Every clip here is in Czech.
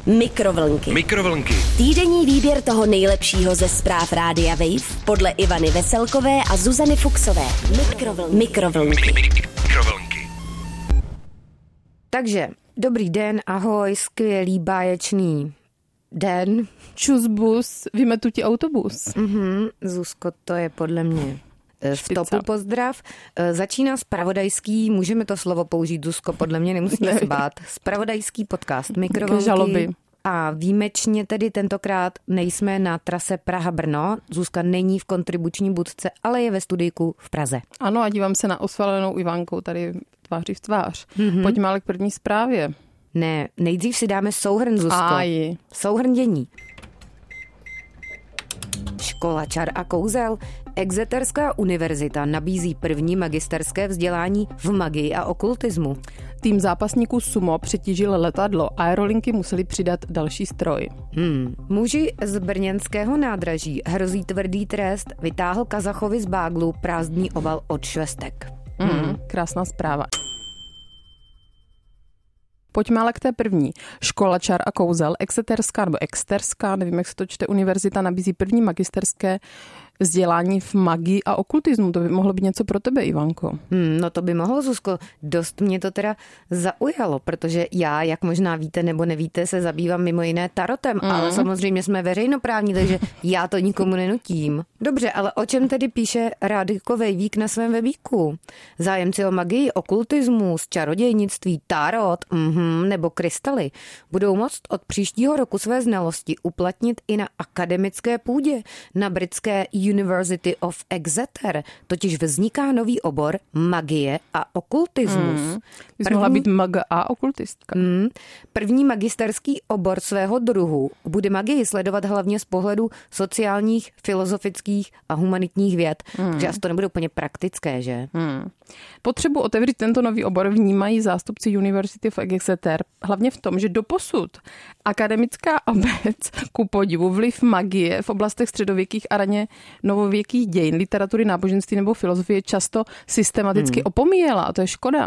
Mikrovlnky. Týdenní výběr toho nejlepšího ze zpráv Rádia Wave podle Ivany Veselkové a Zuzany Fuxové. Mikrovlnky. Takže, dobrý den, ahoj, skvělý, báječný den. Čusbus, vymetu ti autobus. Zuzko, to je podle mě v topu pozdrav. Začíná zpravodajský, můžeme to slovo použít, Zuzko, podle mě nemusíme se bát. Zpravodajský podcast Mikrovlnky. Žaloby. A výjimečně tedy tentokrát nejsme na trase Praha-Brno. Zuzka není v kontribuční budce, ale je ve studijku v Praze. Ano, a dívám se na osvalenou Ivankou tady tváří v tvář. Pojďme ale k první zprávě. Ne, nejdřív si dáme souhrn, Zuzko. Souhrn dění. Škola čar a kouzel. Exeterská univerzita nabízí první magisterské vzdělání v magii a okultismu. Tým zápasníků sumo přetížil letadlo. Aerolinky museli přidat další stroj. Muži z brněnského nádraží hrozí tvrdý trest, vytáhl Kazachovi z báglu prázdný oval od švestek. Krásná zpráva. Pojďme ale k té první. Škola čar a kouzel, Exeterská, nevím, jak se to čte, univerzita nabízí první magisterské vzdělání v magii a okultismu. To by mohlo být něco pro tebe, Ivanko. No to by mohlo, Zuzko. Dost mě to teda zaujalo, protože já, jak možná víte nebo nevíte, se zabývám mimo jiné tarotem, ale samozřejmě jsme veřejnoprávní, takže já to nikomu nenutím. Dobře, ale o čem tedy píše Rádko Vejvík na svém webíku? Zájemci o magii, okultismus, čarodějnictví, tarot nebo krystaly budou moct od příštího roku své znalosti uplatnit i na akademické půdě, na britské University of Exeter totiž vzniká nový obor magie a okultismus. Bys mohla být maga a okultistka. První magisterský obor svého druhu bude magii sledovat hlavně z pohledu sociálních, filozofických a humanitních věd. Takže asi to nebude úplně praktické, že? Potřebu otevřít tento nový obor vnímají zástupci University of Exeter hlavně v tom, že doposud akademická obec ku podivu vliv magie v oblastech středověkých a raně novověkých dějin, literatury, náboženství nebo filozofie často systematicky opomíjela, a to je škoda.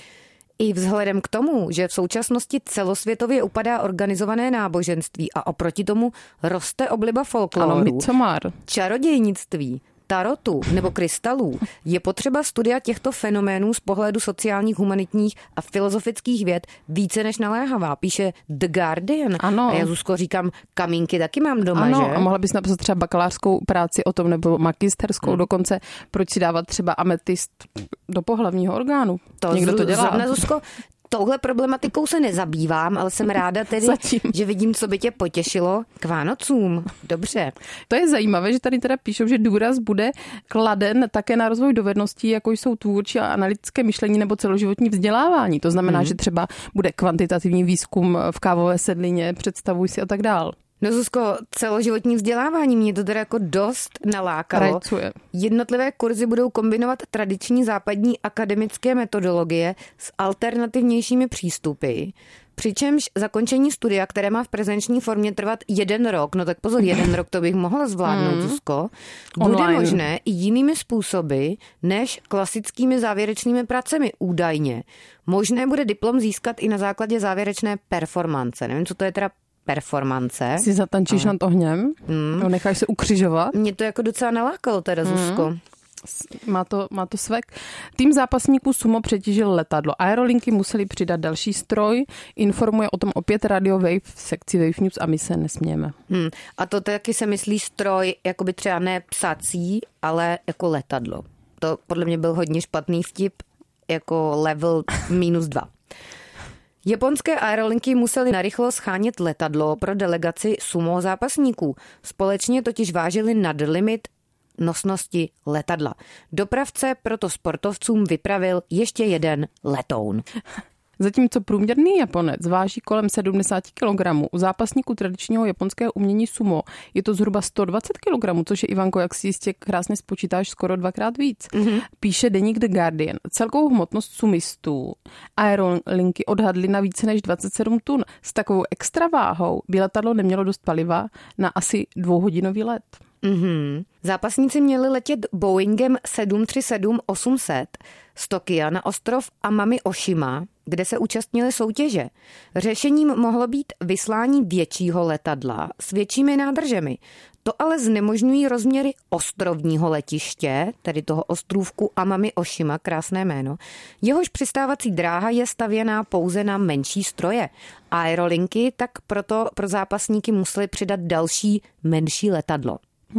I vzhledem k tomu, že v současnosti celosvětově upadá organizované náboženství a oproti tomu roste obliba folkloru, čarodějnictví, tarotu nebo krystalů, je potřeba studia těchto fenoménů z pohledu sociálních, humanitních a filozofických věd více než naléhavá, píše The Guardian. Ano. A já, Zuzko, říkám, kamínky taky mám doma, ano, že? A mohla bys napsat třeba bakalářskou práci o tom, nebo magisterskou dokonce, proč si dávat třeba ametist do pohlavního orgánu. Někdo to dělá. Zrovna, Zuzko, touhle problematikou se nezabývám, ale jsem ráda tedy, že vidím, co by tě potěšilo k Vánocům. Dobře. To je zajímavé, že tady teda píšou, že důraz bude kladen také na rozvoj dovedností, jako jsou tvůrčí a analytické myšlení nebo celoživotní vzdělávání. To znamená, že třeba bude kvantitativní výzkum v kávové sedlině, představuj si a tak dál. No, Zuzko, celoživotní vzdělávání mě to teda jako dost nalákalo. Rajcuje. Jednotlivé kurzy budou kombinovat tradiční západní akademické metodologie s alternativnějšími přístupy. Přičemž zakončení studia, které má v prezenční formě trvat 1 rok, no tak pozor, 1 rok to bych mohla zvládnout, Zuzko, bude online možné i jinými způsoby než klasickými závěrečnými pracemi údajně. Možné bude diplom získat i na základě závěrečné performance. Nevím, co to je teda performance. Si zatančíš nad ohněm? No, necháš se ukřižovat? Mě to jako docela nalákalo teda, Zuzko. Má to svek. Tým zápasníků sumo přetížil letadlo. Aerolinky museli přidat další stroj. Informuje o tom opět Radio Wave v sekci Wave News a my se nesmějeme. A to taky se myslí stroj, jako by třeba ne psací, ale jako letadlo. To podle mě byl hodně špatný vtip, jako level -2. Japonské aerolinky musely narychlo schánět letadlo pro delegaci sumo zápasníků. Společně totiž vážili nad limit nosnosti letadla. Dopravce proto sportovcům vypravil ještě 1 letoun. Zatímco průměrný Japonec váží kolem 70 kg, u zápasníků tradičního japonského umění sumo je to zhruba 120 kg, což je, Ivanko, jak si jistě krásně spočítáš, skoro 2x víc. Píše deník The Guardian. Celkovou hmotnost sumistů aerolinky odhadly na více než 27 tun. S takovou extra váhou by letadlo nemělo dost paliva na asi 2hodinový let. Zápasníci měli letět Boeingem 737-800 z Tokia na ostrov Amami Oshima, kde se účastnili soutěže. Řešením mohlo být vyslání většího letadla s většími nádržemi. To ale znemožňují rozměry ostrovního letiště, tedy toho ostrůvku Amami Oshima, krásné jméno. Jehož přistávací dráha je stavěná pouze na menší stroje. Aerolinky tak proto pro zápasníky museli přidat další menší letadlo.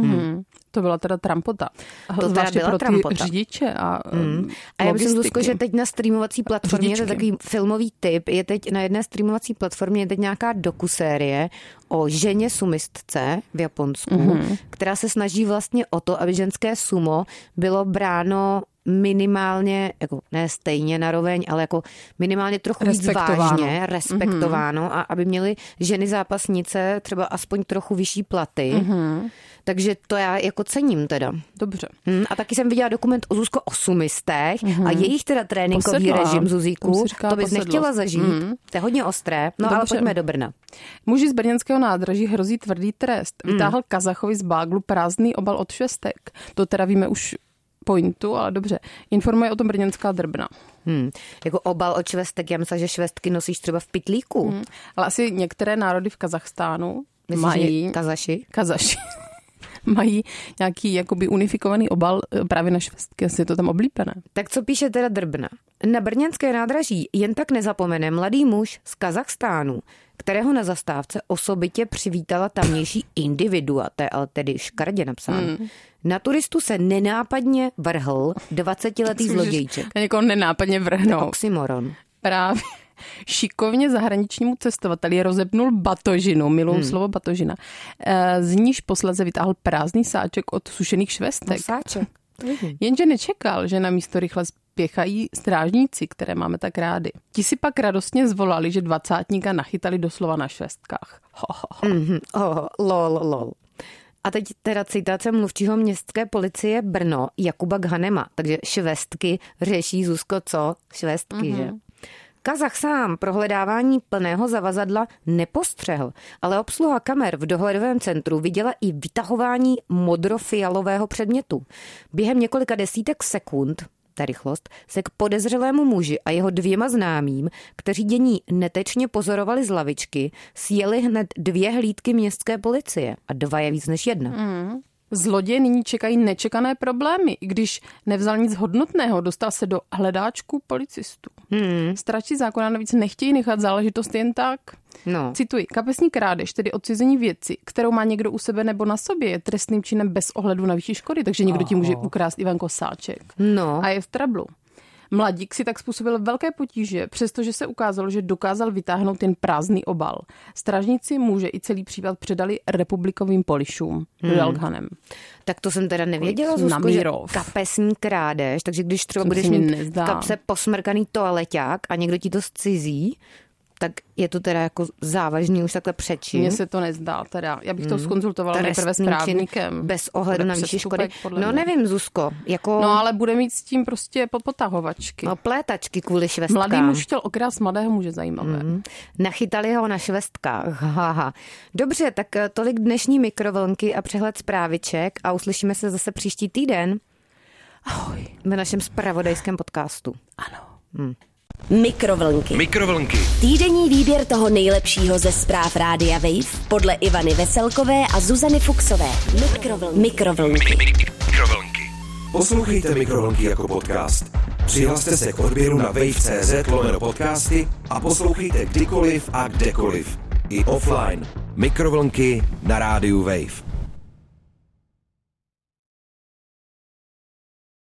To byla teda trampota. To teda byla pro trampota. Ty řidiče a A já myslím, Zuzko, že teď na streamovací platformě, to je takový filmový tip, je teď na jedné streamovací platformě je teď nějaká dokusérie o ženě sumistce v Japonsku, která se snaží vlastně o to, aby ženské sumo bylo bráno minimálně, jako ne stejně naroveň, ale jako minimálně trochu víc vážně, respektováno a aby měly ženy zápasnice třeba aspoň trochu vyšší platy. Takže to já jako cením teda. Dobře. A taky jsem viděla dokument o Zuzko o sumistech a jejich teda tréninkový režim, Zuzíku. To bys nechtěla zažít. To je hodně ostré. No dobře. Ale pojďme do Brna. Muži z brněnského nádraží hrozí tvrdý trest. Vytáhl Kazachovi z báglu prázdný obal od švestek. To teda víme už pointu, ale dobře. Informuje o tom brněnská Drbna. Jako obal od švestek, já myslím, že švestky nosíš třeba v pytlíku. Ale asi některé národy v Kazachstánu mají... Kazaši. Mají nějaký jakoby unifikovaný obal právě na švestky, asi je to tam oblíbené. Tak co píše teda Drbna? Na brněnské nádraží jen tak nezapomene mladý muž z Kazachstánu, kterého na zastávce osobitě přivítala tamnější individua, to je ale tedy škardě napsáno. Na turistu se nenápadně vrhl 20letý zlodějček. Na někoho nenápadně vrhnout. Oxymoron. Právě. Šikovně zahraničnímu cestovateli rozepnul batožinu, miluji slovo batožina, z níž posledze vytáhl prázdný sáček od sušených švestek. No, sáček. Jenže nečekal, že na místo rychle spěchají strážníci, které máme tak rádi. Ti si pak radostně zvolali, že dvacátníka nachytali doslova na švestkách. Lol. A teď teda citace mluvčího městské policie Brno Jakuba Ghanema. Takže švestky řeší, Zuzko, co? Švestky, že? Kazach sám prohledávání plného zavazadla nepostřehl, ale obsluha kamer v dohledovém centru viděla i vytahování modrofialového předmětu. Během několika desítek sekund, ta rychlost, se k podezřelému muži a jeho 2 známým, kteří dění netečně pozorovali z lavičky, sjeli hned 2 hlídky městské policie. A 2 je víc než 1. Zloděje nyní čekají nečekané problémy. I když nevzal nic hodnotného, dostal se do hledáčku policistů. Strážci zákona navíc nechtějí nechat záležitost jen tak. No. Cituji, kapesní krádež, tedy odcizení věci, kterou má někdo u sebe nebo na sobě, je trestným činem bez ohledu na vyšší škody, takže někdo ti může ukrást Ivanko sáček. No. A je v trablu. Mladík si tak způsobil velké potíže, přestože se ukázalo, že dokázal vytáhnout jen prázdný obal. Strážníci muže i celý případ předali republikovým polišům. Dodal Ghanem. Tak to jsem teda nevěděla, Zuzko, že kapesní krádež, takže když třeba budeš mít v kapse posmrkaný toaleťák a někdo ti to zcizí, tak je to teda jako závažný už takhle přečin. Mně se to nezdá teda. Já bych to zkonzultovala nejprve s právníkem. Bez ohledu na vyšší škody. No nevím, Zuzko. Jako... No ale bude mít s tím prostě potahovačky. No plétačky kvůli švestkám. Mladý muž chtěl okrást mladého muže, zajímavé. Nachytali ho na švestkách. Haha. Dobře, tak tolik dnešní mikrovlnky a přehled zpráviček a uslyšíme se zase příští týden. Ahoj. V našem zpravodajském podcastu. Ano. Mikrovlnky. Týdenní výběr toho nejlepšího ze zpráv Rádia Wave podle Ivany Veselkové a Zuzany Fuksové. Mikrovlnky. Poslouchejte Mikrovlnky jako podcast. Přihlaste se k odběru na wave.cz/podcasty a poslouchejte kdykoliv a kdekoliv. I offline. Mikrovlnky na rádiu Wave.